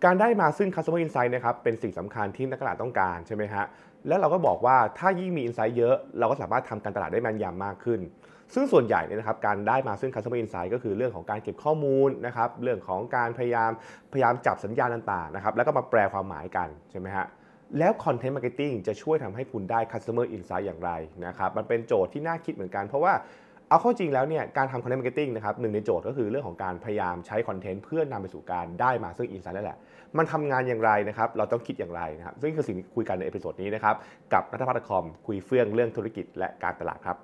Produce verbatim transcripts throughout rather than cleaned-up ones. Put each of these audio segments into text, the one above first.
การได้มาซึ่ง Customer Insight นะครับเป็นสิ่งสำคัญที่นักตลาดต้องการใช่ไหมฮะแล้วเราก็บอกว่าถ้ายิ่งมี Insight เยอะเราก็สามารถทำการตลาดได้แม่นยำมากขึ้นซึ่งส่วนใหญ่เนี่ยนะครับการได้มาซึ่ง Customer Insight ก็คือเรื่องของการเก็บข้อมูลนะครับเรื่องของการพยายามพยายามจับสัญญาณต่างๆนะครับแล้วก็มาแปลความหมายกันใช่ไหมฮะแล้ว Content Marketing จะช่วยทำให้คุณได้ Customer Insight อย่างไรนะครับมันเป็นโจทย์ที่น่าคิดเหมือนกันเพราะว่าเอาเข้าจริงแล้วเนี่ยการทำ Content Marketing นะครับหนึ่งในโจทย์ก็คือเรื่องของการพยายามใช้คอนเทนต์เพื่อนำไปสู่การได้มาซึ่ง Insight นั่นแหละมันทำงานอย่างไรนะครับเราต้องคิดอย่างไรนะครับซึ่งคือสิ่งที่คุยกันในเอพิโซดนี้นะครับกับนัทพัฒน์คอมคุยเฟื่องเรื่องธุรกิจและการตลาดครับ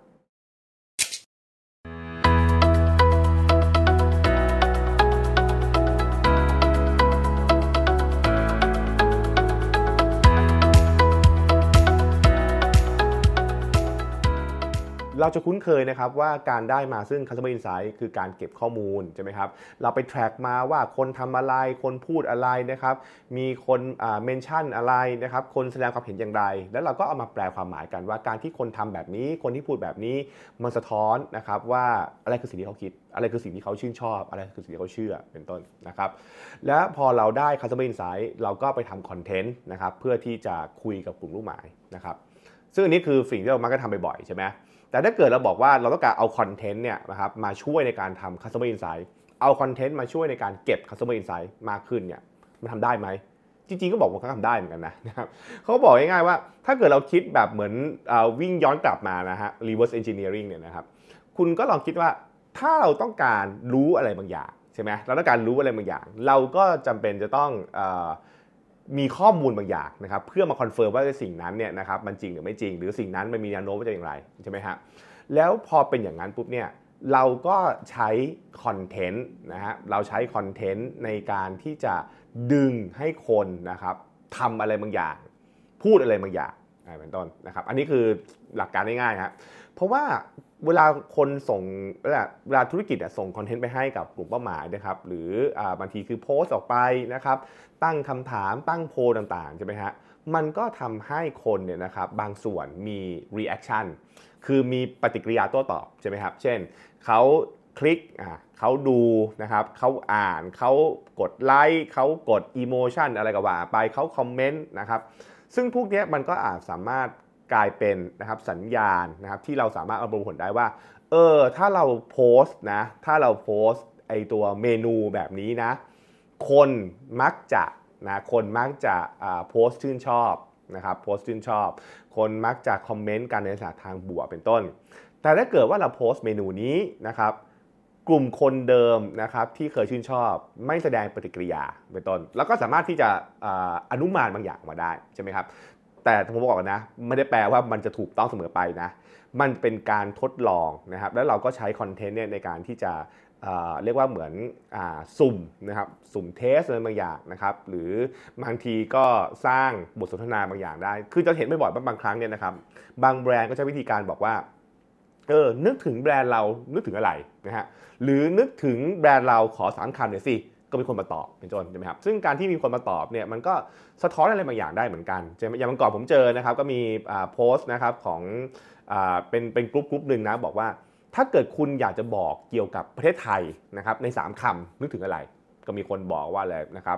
เราจะคุ้นเคยนะครับว่าการได้มาซึ่ง Customer Insight คือการเก็บข้อมูลใช่ไหมครับเราไป track มาว่าคนทำอะไรคนพูดอะไรนะครับมีคนอ่า mention อะไรนะครับคนแสดงความเห็นอย่างไรแล้วเราก็เอามาแปลความหมายกันว่าการที่คนทำแบบนี้คนที่พูดแบบนี้มันสะท้อนนะครับว่าอะไรคือสิ่งที่เขาคิดอะไรคือสิ่งที่เขาชื่นชอบอะไรคือสิ่งที่เขาเชื่อเป็นต้นนะครับและพอเราได้ Customer Insight เราก็ไปทำคอนเทนต์นะครับเพื่อที่จะคุยกับกลุ่มลูกหมายนะครับซึ่งอันนี้คือสิ่งที่เรามักจะทำบ่อยๆใช่ไหมแต่ถ้าเกิดเราบอกว่าเราต้องการเอาคอนเทนต์เนี่ยนะครับมาช่วยในการทำ Customer Insight เอาคอนเทนต์มาช่วยในการเก็บ Customer Insight มากขึ้นเนี่ยมันทำได้ไหมจริงๆก็บอกว่าเขาทำได้เหมือนกันนะนะครับเขาบอกง่ายๆว่าถ้าเกิดเราคิดแบบเหมือนวิ่งย้อนกลับมานะฮะ reverse engineering เนี่ยนะครับคุณก็ลองคิดว่าถ้าเราต้องการรู้อะไรบางอย่างใช่ไหมเราต้องการรู้อะไรบางอย่างเราก็จำเป็นจะต้องมีข้อมูลบางอย่างนะครับเพื่อมาคอนเฟิร์มว่าสิ่งนั้นเนี่ยนะครับมันจริงหรือไม่จริงหรือสิ่งนั้นมันมีแนวโน้มว่าจะอย่างไรใช่ไหมฮะแล้วพอเป็นอย่างนั้นปุ๊บเนี่ยเราก็ใช้คอนเทนต์นะฮะเราใช้คอนเทนต์ในการที่จะดึงให้คนนะครับทำอะไรบางอย่างพูดอะไรบางอย่างเป็นต้นนะครับอันนี้คือหลักการง่ายๆครับเพราะว่าเวลาคนส่งเวลาธุรกิจส่งคอนเทนต์ไปให้กับกลุ่มเป้าหมายนะครับหรือบางทีคือโพสต์ออกไปนะครับตั้งคำถามตั้งโพลต่างๆใช่ไหมฮะมันก็ทำให้คนเนี่ยนะครับบางส่วนมี reaction คือมีปฏิกิริยาโต้ตอบใช่ไหมครับเช่นเขาคลิกอ่ะเขาดูนะครับเขาอ่านเขากดไลค์เขากด emotion อะไรก็ว่าไปเขาคอมเมนต์นะครับซึ่งพวกนี้มันก็อาจสามารถกลายเป็นนะครับสัญญาณนะครับที่เราสามารถเอาประมวลผลได้ว่าเออถ้าเราโพสต์นะถ้าเราโพสต์ไอตัวเมนูแบบนี้นะคนมักจะนะคนมักจะโพสต์ชื่นชอบนะครับโพสต์ชื่นชอบคนมักจะคอมเมนต์กันในลักษณะทางบวกเป็นต้นแต่ถ้าเกิดว่าเราโพสต์เมนูนี้นะครับกลุ่มคนเดิมนะครับที่เคยชื่นชอบไม่แสดงปฏิกิริยาเป็นต้นแล้วก็สามารถที่จะอนุมานบางอย่างมาได้ใช่ไหมครับแต่ผมบอกกันนะไม่ได้แปลว่ามันจะถูกต้องเสมอไปนะมันเป็นการทดลองนะครับแล้วเราก็ใช้คอนเทนต์เนี่ยในการที่จะเอ่อเรียกว่าเหมือนอ่าสุ่มนะครับสุ่มเทสอะไรบางอย่างนะครับหรือบางทีก็สร้างบทสนทนาบางอย่างได้คือจะเห็นบ่อยๆบางครั้งเนี่ยนะครับบางแบรนด์ก็ใช้วิธีการบอกว่าเออนึกถึงแบรนด์เรานึกถึงอะไรนะฮะหรือนึกถึงแบรนด์เราขอสามคำหน่อยสิก็มีคนมาตอบเป็นต้นใช่ไหมครับซึ่งการที่มีคนมาตอบเนี่ยมันก็สะท้อนอะไรบางอย่างได้เหมือนกันใช่ไหมอย่างเมื่อก่อนผมเจอนะครับก็มีโพสต์นะครับของเป็นเป็นกลุ่มกลุ่มหนึ่งนะบอกว่าถ้าเกิดคุณอยากจะบอกเกี่ยวกับประเทศไทยนะครับในสามคำนึกถึงอะไรก็มีคนบอกว่าอะไรนะครับ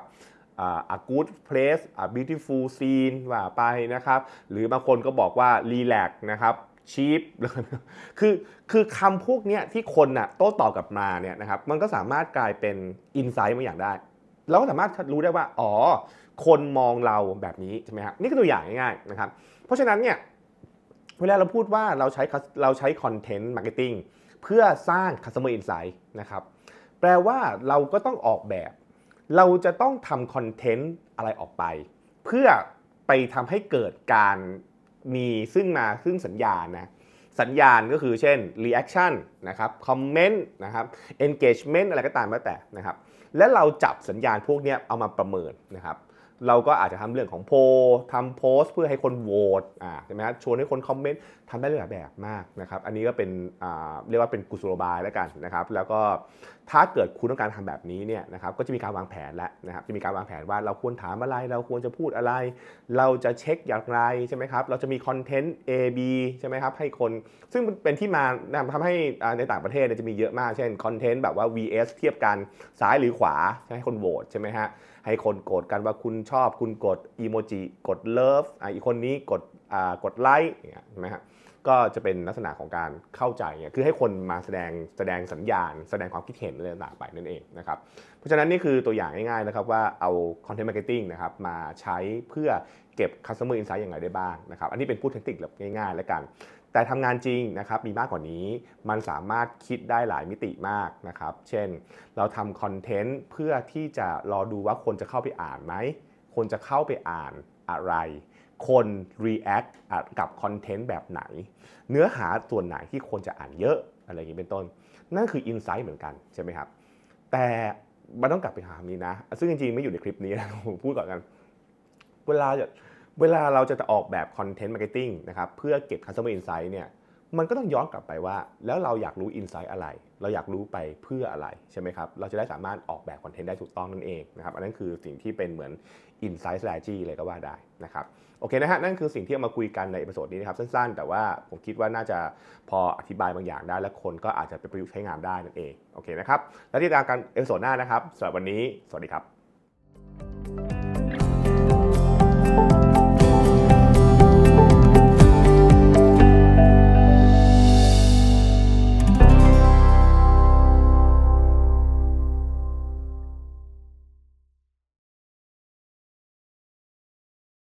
a good place a beautiful scene ว่าไปนะครับหรือบางคนก็บอกว่า relax นะครับชีพคือคือคำพวกนี้ที่คนน่ะโต้ตอบกลับมาเนี่ยนะครับมันก็สามารถกลายเป็นอินไซต์บางอย่างได้เราก็สามารถรู้ได้ว่าอ๋อคนมองเราแบบนี้ใช่ไหมครับนี่คือตัวอย่างง่ายๆนะครับเพราะฉะนั้นเนี่ยเวลาเราพูดว่าเราใช้เราใช้คอนเทนต์มาร์เก็ตติ้งเพื่อสร้าง customer insight นะครับแปลว่าเราก็ต้องออกแบบเราจะต้องทำคอนเทนต์อะไรออกไปเพื่อไปทำให้เกิดการมีซึ่งมาซึ่งสัญญาณนะสัญญาณก็คือเช่น reaction นะครับ comment นะครับ engagement อะไรก็ตามแล้วแต่นะครับและเราจับสัญญาณพวกนี้เอามาประเมินนะครับเราก็อาจจะทำเรื่องของโพลทำโพสต์เพื่อให้คนโหวตอ่าใช่ไหมครับชวนให้คนคอมเมนต์ทำได้หลายแบบมากนะครับอันนี้ก็เป็นอ่าเรียกว่าเป็นกุศโลบายแล้วกันนะครับแล้วก็ถ้าเกิดคุณต้องการทำแบบนี้เนี่ยนะครับก็จะมีการวางแผนแล้วนะครับจะมีการวางแผนว่าเราควรถามอะไรเราควรจะพูดอะไรเราจะเช็คอย่างไรใช่ไหมครับเราจะมีคอนเทนต์ A B ใช่ไหมครับให้คนซึ่งเป็นที่มาทำให้ในต่างประเทศจะมีเยอะมากเช่นคอนเทนต์แบบว่า วี เอส เทียบกันซ้ายหรือขวาให้คนโหวตใช่ไหมฮะให้คนโกรธกันว่าคุณชอบคุณกดอีโมจิกดเลิฟอ่ะอีกคนนี้กดอ่ากดไลค์อย่างเงี้ยใช่ไหมฮะก็จะเป็นลักษณะของการเข้าใจเนี่ยคือให้คนมาแสดงแสดงสัญญาณแสดงความคิดเห็นอะไรต่างๆไปนั่นเองนะครับเพราะฉะนั้นนี่คือตัวอย่างง่ายๆนะครับว่าเอา content marketing นะครับมาใช้เพื่อเก็บ customer insight อย่างไรได้บ้างนะครับอันนี้เป็นพูดเทคนิคแบบง่ายๆแล้วกันแต่ทำงานจริงนะครับมีมากกว่านี้มันสามารถคิดได้หลายมิติมากนะครับเช่นเราทำคอนเทนต์เพื่อที่จะรอดูว่าคนจะเข้าไปอ่านไหมคนจะเข้าไปอ่านอะไรคน react กับคอนเทนต์แบบไหนเนื้อหาส่วนไหนที่คนจะอ่านเยอะอะไรอย่างนี้เป็นต้นนั่นคือ insight เหมือนกันใช่ไหมครับแต่มันต้องกลับไปหานี้นะซึ่งจริงๆไม่อยู่ในคลิปนี้นะผมพูดก่อนกันเวลาจะเวลาเราจะออกแบบ content marketing นะครับเพื่อเก็บ customer insight เนี่ยมันก็ต้องย้อนกลับไปว่าแล้วเราอยากรู้ insight อะไรเราอยากรู้ไปเพื่ออะไรใช่ไหมครับเราจะได้สามารถออกแบบคอนเทนต์ได้ถูกต้องนั่นเองนะครับอันนั้นคือสิ่งที่เป็นเหมือน insight strategy เลยก็ว่าได้นะครับโอเคนะฮะนั่นคือสิ่งที่เอามาคุยกันในเอพิโซดนี้นะครับสั้นๆแต่ว่าผมคิดว่าน่าจะพออธิบายบางอย่างได้และคนก็อาจจะไปประยุกต์ใช้งานได้นั่นเองโอเคนะครับแล้วติดตามกันเอพิโซดหน้านะครับสำหรับวันนี้สวัสดีครับ